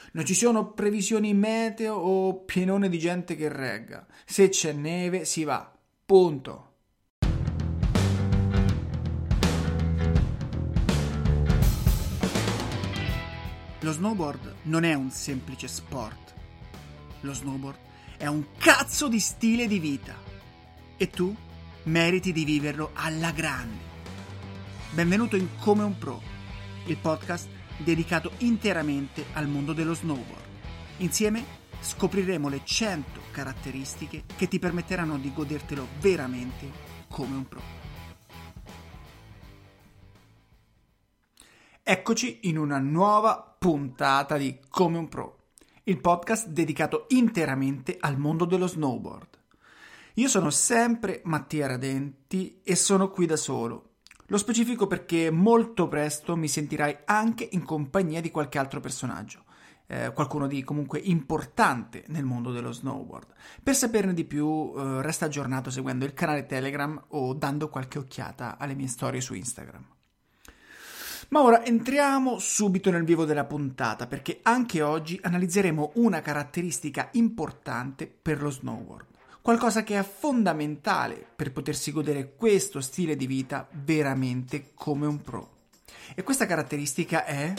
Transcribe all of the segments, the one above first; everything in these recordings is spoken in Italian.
Non ci sono previsioni meteo o pienone di gente che regga. Se c'è neve si va. Punto. Lo snowboard non è un semplice sport. Lo snowboard è un cazzo di stile di vita. E tu meriti di viverlo alla grande. Benvenuto in Come un Pro, il podcast dedicato interamente al mondo dello snowboard. Insieme scopriremo le 100 caratteristiche che ti permetteranno di godertelo veramente come un pro. Eccoci in una nuova puntata di Come un Pro, il podcast dedicato interamente al mondo dello snowboard. Io sono sempre Mattia Radenti e sono qui da solo. Lo specifico perché molto presto mi sentirai anche in compagnia di qualche altro personaggio, qualcuno di comunque importante nel mondo dello snowboard. Per saperne di più, resta aggiornato seguendo il canale Telegram o dando qualche occhiata alle mie storie su Instagram. Ma ora entriamo subito nel vivo della puntata, perché anche oggi analizzeremo una caratteristica importante per lo snowboard. Qualcosa che è fondamentale per potersi godere questo stile di vita veramente come un pro. E questa caratteristica è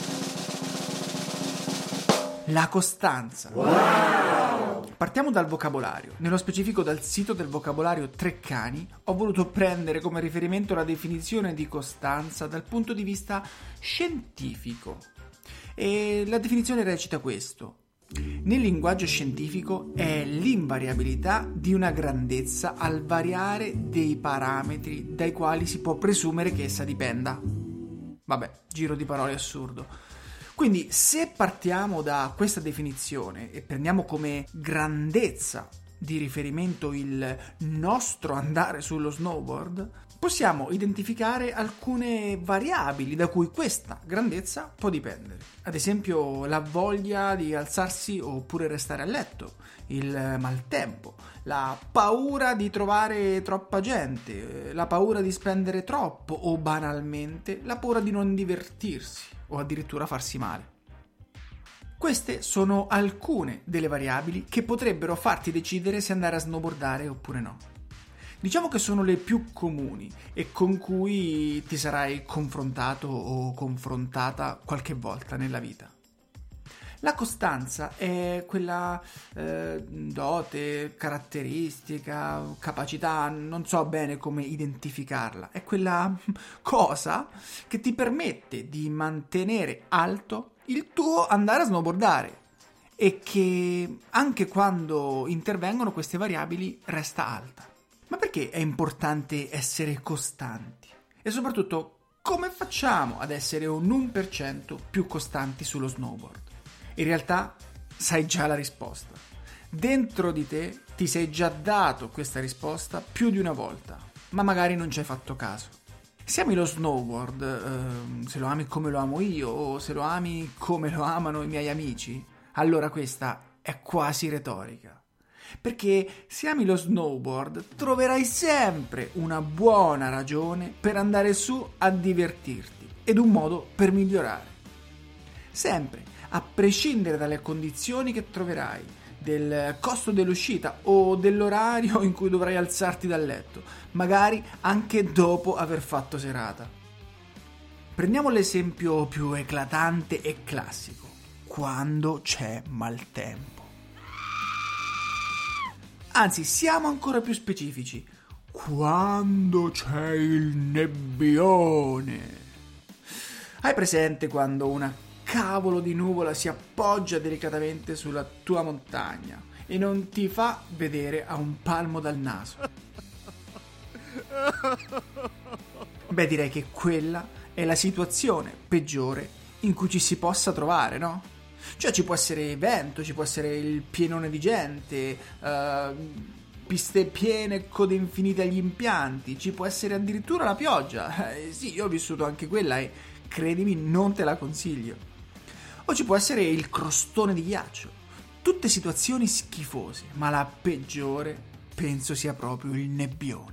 la costanza. Wow! Partiamo dal vocabolario. Nello specifico dal sito del vocabolario Treccani ho voluto prendere come riferimento la definizione di costanza dal punto di vista scientifico. E la definizione recita questo. Nel linguaggio scientifico è l'invariabilità di una grandezza al variare dei parametri dai quali si può presumere che essa dipenda. Vabbè, giro di parole assurdo. Quindi se partiamo da questa definizione e prendiamo come grandezza di riferimento il nostro andare sullo snowboard, possiamo identificare alcune variabili da cui questa grandezza può dipendere. Ad esempio la voglia di alzarsi oppure restare a letto, il maltempo, la paura di trovare troppa gente, la paura di spendere troppo o banalmente la paura di non divertirsi o addirittura farsi male. Queste sono alcune delle variabili che potrebbero farti decidere se andare a snowboardare oppure no. Diciamo che sono le più comuni e con cui ti sarai confrontato o confrontata qualche volta nella vita. La costanza è quella dote, caratteristica, capacità, non so bene come identificarla. È quella cosa che ti permette di mantenere alto il tuo andare a snowboardare e che anche quando intervengono queste variabili resta alta. Ma perché è importante essere costanti? E soprattutto, come facciamo ad essere un 1% più costanti sullo snowboard? In realtà, sai già la risposta. Dentro di te ti sei già dato questa risposta più di una volta, ma magari non ci hai fatto caso. Se ami lo snowboard, se lo ami come lo amo io, o se lo ami come lo amano i miei amici, allora questa è quasi retorica. Perché se ami lo snowboard troverai sempre una buona ragione per andare su a divertirti ed un modo per migliorare. Sempre, a prescindere dalle condizioni che troverai, del costo dell'uscita o dell'orario in cui dovrai alzarti dal letto, magari anche dopo aver fatto serata. Prendiamo l'esempio più eclatante e classico, quando c'è maltempo. Anzi, siamo ancora più specifici. Quando c'è il nebbione. Hai presente quando una cavolo di nuvola si appoggia delicatamente sulla tua montagna e non ti fa vedere a un palmo dal naso? Beh, direi che quella è la situazione peggiore in cui ci si possa trovare, no? Cioè ci può essere vento, ci può essere il pienone di gente, piste piene, code infinite agli impianti, ci può essere addirittura la pioggia. Sì, io ho vissuto anche quella e credimi, non te la consiglio. O ci può essere il crostone di ghiaccio. Tutte situazioni schifose, ma la peggiore penso sia proprio il nebbione.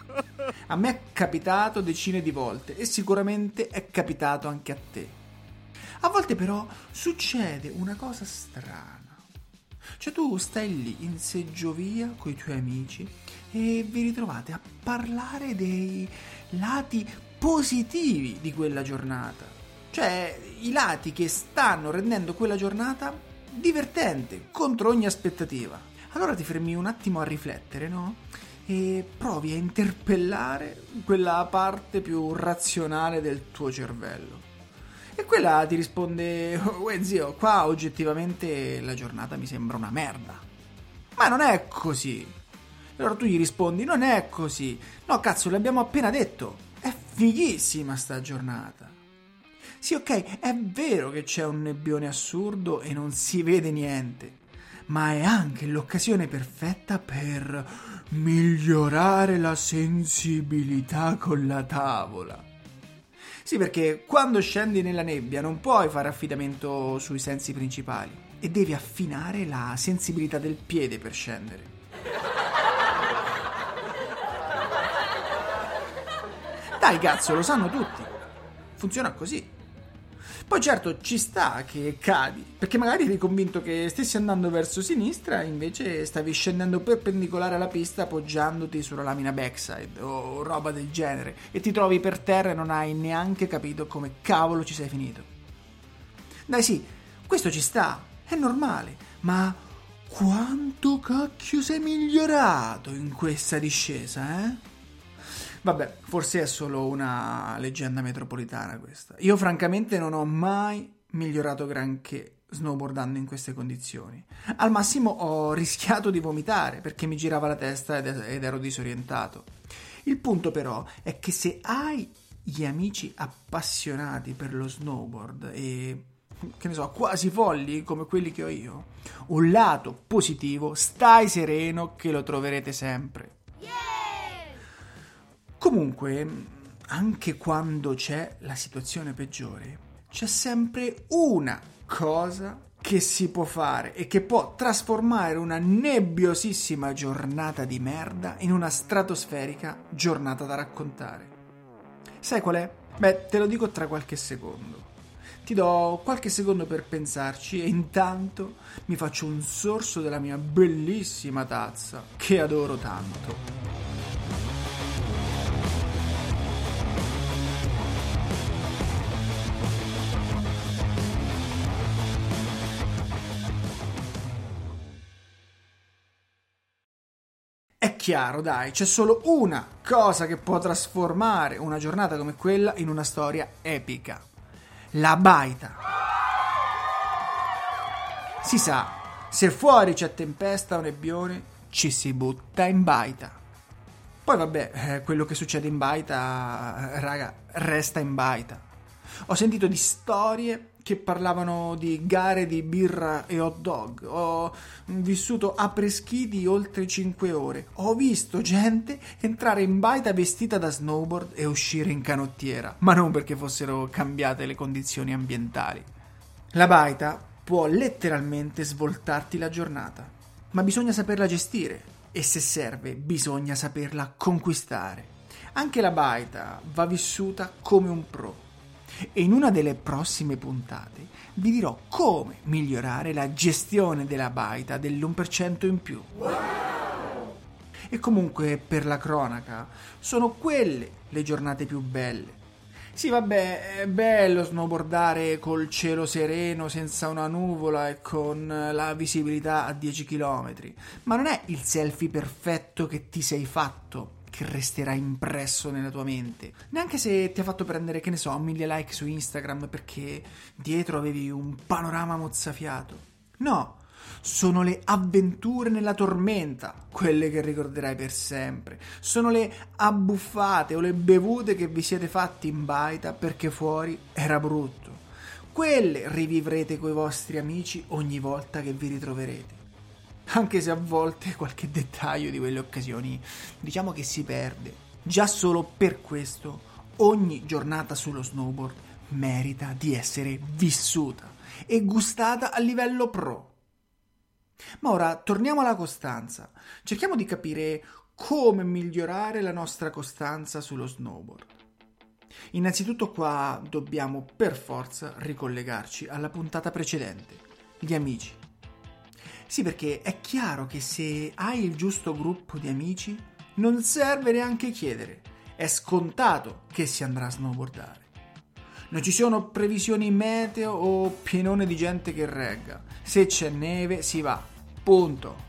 A me è capitato decine di volte e sicuramente è capitato anche a te. A volte però succede una cosa strana. Cioè tu stai lì in seggiovia con i tuoi amici e vi ritrovate a parlare dei lati positivi di quella giornata. Cioè i lati che stanno rendendo quella giornata divertente, contro ogni aspettativa. Allora ti fermi un attimo a riflettere, no? E provi a interpellare quella parte più razionale del tuo cervello. E quella ti risponde: uè zio, qua oggettivamente la giornata mi sembra una merda. Ma non è così. Allora tu gli rispondi: non è così. No cazzo, l'abbiamo appena detto. È fighissima sta giornata. Sì, ok, è vero che c'è un nebbione assurdo e non si vede niente, ma è anche l'occasione perfetta per migliorare la sensibilità con la tavola. Sì, perché quando scendi nella nebbia non puoi fare affidamento sui sensi principali e devi affinare la sensibilità del piede per scendere. Dai cazzo, lo sanno tutti. Funziona così. Poi certo ci sta che cadi, perché magari eri convinto che stessi andando verso sinistra e invece stavi scendendo perpendicolare alla pista appoggiandoti sulla lamina backside o roba del genere e ti trovi per terra e non hai neanche capito come cavolo ci sei finito. Dai sì, questo ci sta, è normale, ma quanto cacchio sei migliorato in questa discesa, eh? Vabbè, forse è solo una leggenda metropolitana questa. Io francamente non ho mai migliorato granché snowboardando in queste condizioni. Al massimo ho rischiato di vomitare perché mi girava la testa ed ero disorientato. Il punto però è che se hai gli amici appassionati per lo snowboard e, che ne so, quasi folli come quelli che ho io, un lato positivo, stai sereno che lo troverete sempre. Comunque, anche quando c'è la situazione peggiore, c'è sempre una cosa che si può fare e che può trasformare una nebbiosissima giornata di merda in una stratosferica giornata da raccontare. Sai qual è? Beh, te lo dico tra qualche secondo. Ti do qualche secondo per pensarci e intanto mi faccio un sorso della mia bellissima tazza che adoro tanto. È chiaro, dai, c'è solo una cosa che può trasformare una giornata come quella in una storia epica. La baita. Si sa, se fuori c'è tempesta o nebbione, ci si butta in baita. Poi vabbè, quello che succede in baita, raga, resta in baita. Ho sentito di storie che parlavano di gare di birra e hot dog. Ho vissuto apres-ski di oltre 5 ore. Ho visto gente entrare in baita vestita da snowboard e uscire in canottiera, ma non perché fossero cambiate le condizioni ambientali. La baita può letteralmente svoltarti la giornata, ma bisogna saperla gestire e se serve bisogna saperla conquistare. Anche la baita va vissuta come un pro. E in una delle prossime puntate vi dirò come migliorare la gestione della baita dell'1% in più. Wow! E comunque, per la cronaca, sono quelle le giornate più belle. Sì, vabbè, è bello snowboardare col cielo sereno, senza una nuvola e con la visibilità a 10 km, ma non è il selfie perfetto che ti sei fatto che resterà impresso nella tua mente. Neanche se ti ha fatto prendere, che ne so, 1000 like su Instagram perché dietro avevi un panorama mozzafiato. No, sono le avventure nella tormenta, quelle che ricorderai per sempre. Sono le abbuffate o le bevute che vi siete fatti in baita perché fuori era brutto. Quelle rivivrete coi vostri amici ogni volta che vi ritroverete. Anche se a volte qualche dettaglio di quelle occasioni diciamo che si perde. Già solo per questo ogni giornata sullo snowboard merita di essere vissuta e gustata a livello pro. Ma ora torniamo alla costanza. Cerchiamo di capire come migliorare la nostra costanza sullo snowboard. Innanzitutto qua dobbiamo per forza ricollegarci alla puntata precedente, gli amici. Sì, perché è chiaro che se hai il giusto gruppo di amici non serve neanche chiedere, è scontato che si andrà a snowboardare. Non ci sono previsioni meteo o pienone di gente che regga, se c'è neve si va, punto.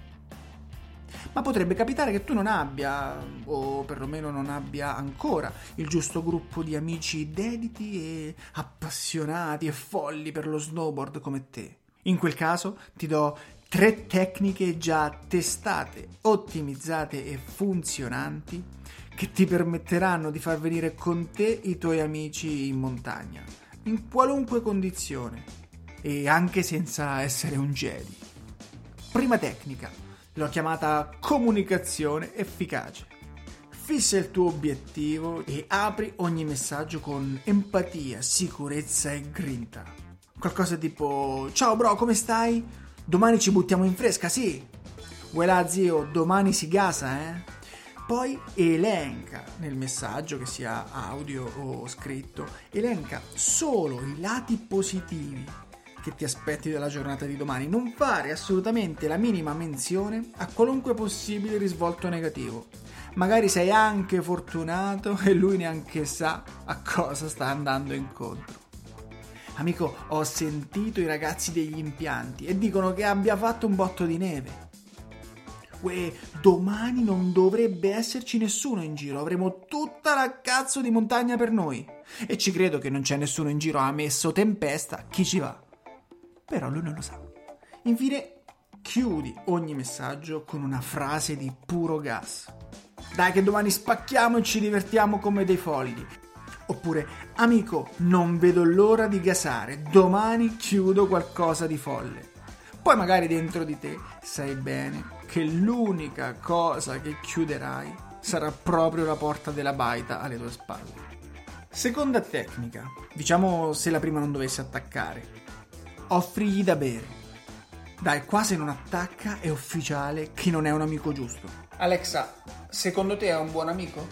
Ma potrebbe capitare che tu non abbia, o perlomeno non abbia ancora, il giusto gruppo di amici dediti e appassionati e folli per lo snowboard come te. In quel caso ti do 3 tecniche già testate, ottimizzate e funzionanti che ti permetteranno di far venire con te i tuoi amici in montagna, in qualunque condizione e anche senza essere un Jedi. Prima tecnica, l'ho chiamata comunicazione efficace. Fissa il tuo obiettivo e apri ogni messaggio con empatia, sicurezza e grinta. Qualcosa tipo: ciao bro, come stai? Domani ci buttiamo in fresca, sì? Voilà zio, domani si gasa, eh? Poi elenca nel messaggio, che sia audio o scritto, elenca solo i lati positivi che ti aspetti dalla giornata di domani. Non fare assolutamente la minima menzione a qualunque possibile risvolto negativo. Magari sei anche fortunato e lui neanche sa a cosa sta andando incontro. Amico, ho sentito i ragazzi degli impianti e dicono che abbia fatto un botto di neve. Uè, domani non dovrebbe esserci nessuno in giro, avremo tutta la cazzo di montagna per noi. E ci credo che non c'è nessuno in giro, ha messo tempesta, chi ci va? Però lui non lo sa. Infine, chiudi ogni messaggio con una frase di puro gas. Dai che domani spacchiamo e ci divertiamo come dei folli. Oppure, amico, non vedo l'ora di gasare, domani chiudo qualcosa di folle. Poi magari dentro di te sai bene che l'unica cosa che chiuderai sarà proprio la porta della baita alle tue spalle. Seconda tecnica, diciamo se la prima non dovesse attaccare. Offrigli da bere. Dai, qua se non attacca è ufficiale che non è un amico giusto. Alexa, secondo te è un buon amico?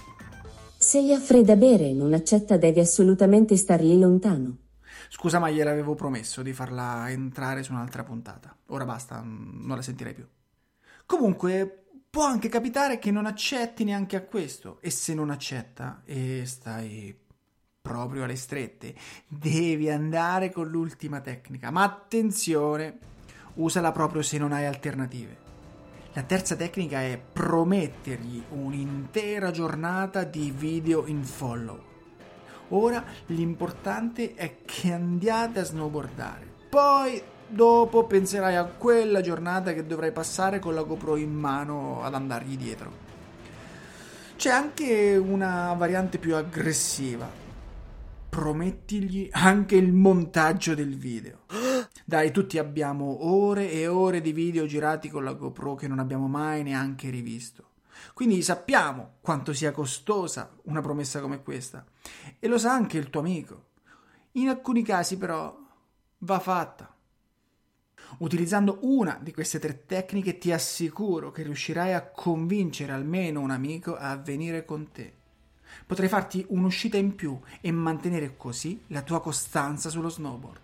Se gli offre da bere e non accetta, devi assolutamente stargli lontano. Scusa, ma gliel'avevo promesso di farla entrare su un'altra puntata. Ora basta, non la sentirei più. Comunque, può anche capitare che non accetti neanche a questo. E se non accetta e stai proprio alle strette, devi andare con l'ultima tecnica. Ma attenzione, usala proprio se non hai alternative. La terza tecnica è promettergli un'intera giornata di video in follow. Ora l'importante è che andiate a snowboardare. Poi dopo penserai a quella giornata che dovrai passare con la GoPro in mano ad andargli dietro. C'è anche una variante più aggressiva. Promettigli anche il montaggio del video. Dai, tutti abbiamo ore e ore di video girati con la GoPro che non abbiamo mai neanche rivisto. Quindi sappiamo quanto sia costosa una promessa come questa e lo sa anche il tuo amico. In alcuni casi però va fatta. Utilizzando una di queste 3 tecniche ti assicuro che riuscirai a convincere almeno un amico a venire con te. Potrai farti un'uscita in più e mantenere così la tua costanza sullo snowboard.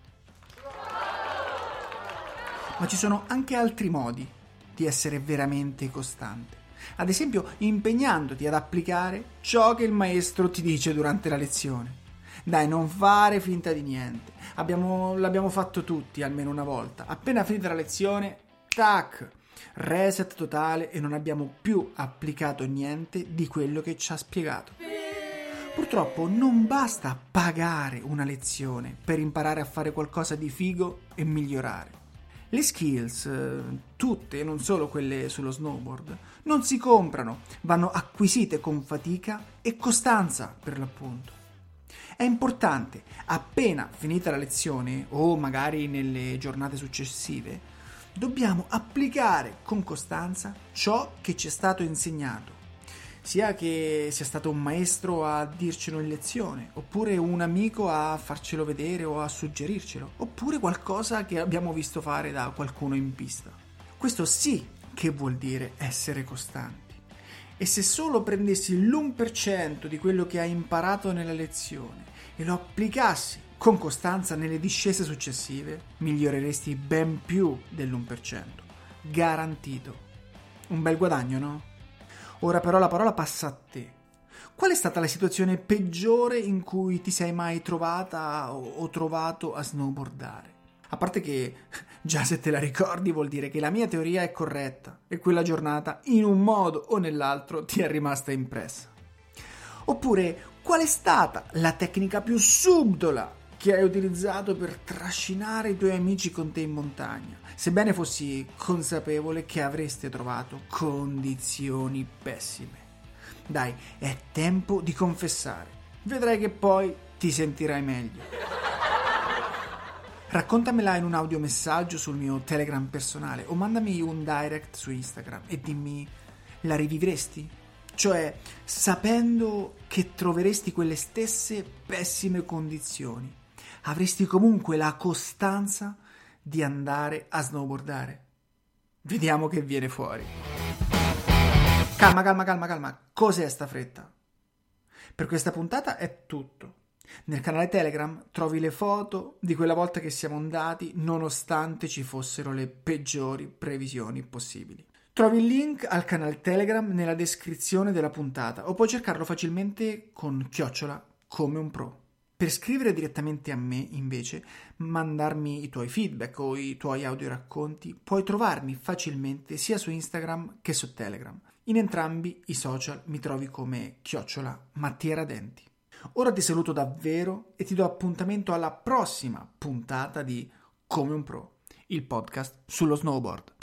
Ma ci sono anche altri modi di essere veramente costante. Ad esempio, impegnandoti ad applicare ciò che il maestro ti dice durante la lezione. Dai, non fare finta di niente. L'abbiamo fatto tutti almeno una volta. Appena finita la lezione, tac, reset totale e non abbiamo più applicato niente di quello che ci ha spiegato. Purtroppo non basta pagare una lezione per imparare a fare qualcosa di figo e migliorare. Le skills, tutte, non solo quelle sullo snowboard, non si comprano, vanno acquisite con fatica e costanza, per l'appunto. È importante, appena finita la lezione, o magari nelle giornate successive, dobbiamo applicare con costanza ciò che ci è stato insegnato. Sia che sia stato un maestro a dircelo in lezione, oppure un amico a farcelo vedere o a suggerircelo, oppure qualcosa che abbiamo visto fare da qualcuno in pista. Questo sì che vuol dire essere costanti. E se solo prendessi l'1% di quello che hai imparato nella lezione e lo applicassi con costanza nelle discese successive, miglioreresti ben più dell'1%. Garantito. Un bel guadagno, no? Ora però la parola passa a te. Qual è stata la situazione peggiore in cui ti sei mai trovata o trovato a snowboardare? A parte che già se te la ricordi vuol dire che la mia teoria è corretta e quella giornata in un modo o nell'altro ti è rimasta impressa. Oppure qual è stata la tecnica più subdola che hai utilizzato per trascinare i tuoi amici con te in montagna, sebbene fossi consapevole che avreste trovato condizioni pessime? Dai, è tempo di confessare. Vedrai che poi ti sentirai meglio. Raccontamela in un audiomessaggio sul mio Telegram personale o mandami un direct su Instagram e dimmi: la rivivresti? Cioè, sapendo che troveresti quelle stesse pessime condizioni, avresti comunque la costanza di andare a snowboardare? Vediamo che viene fuori. Calma. Cos'è sta fretta? Per questa puntata è tutto. Nel canale Telegram trovi le foto di quella volta che siamo andati nonostante ci fossero le peggiori previsioni possibili. Trovi il link al canale Telegram nella descrizione della puntata o puoi cercarlo facilmente con @comeunpro. Per scrivere direttamente a me, invece, mandarmi i tuoi feedback o i tuoi audioracconti, puoi trovarmi facilmente sia su Instagram che su Telegram. In entrambi i social mi trovi come @MattiaRadenti. Ora ti saluto davvero e ti do appuntamento alla prossima puntata di Come un Pro, il podcast sullo snowboard.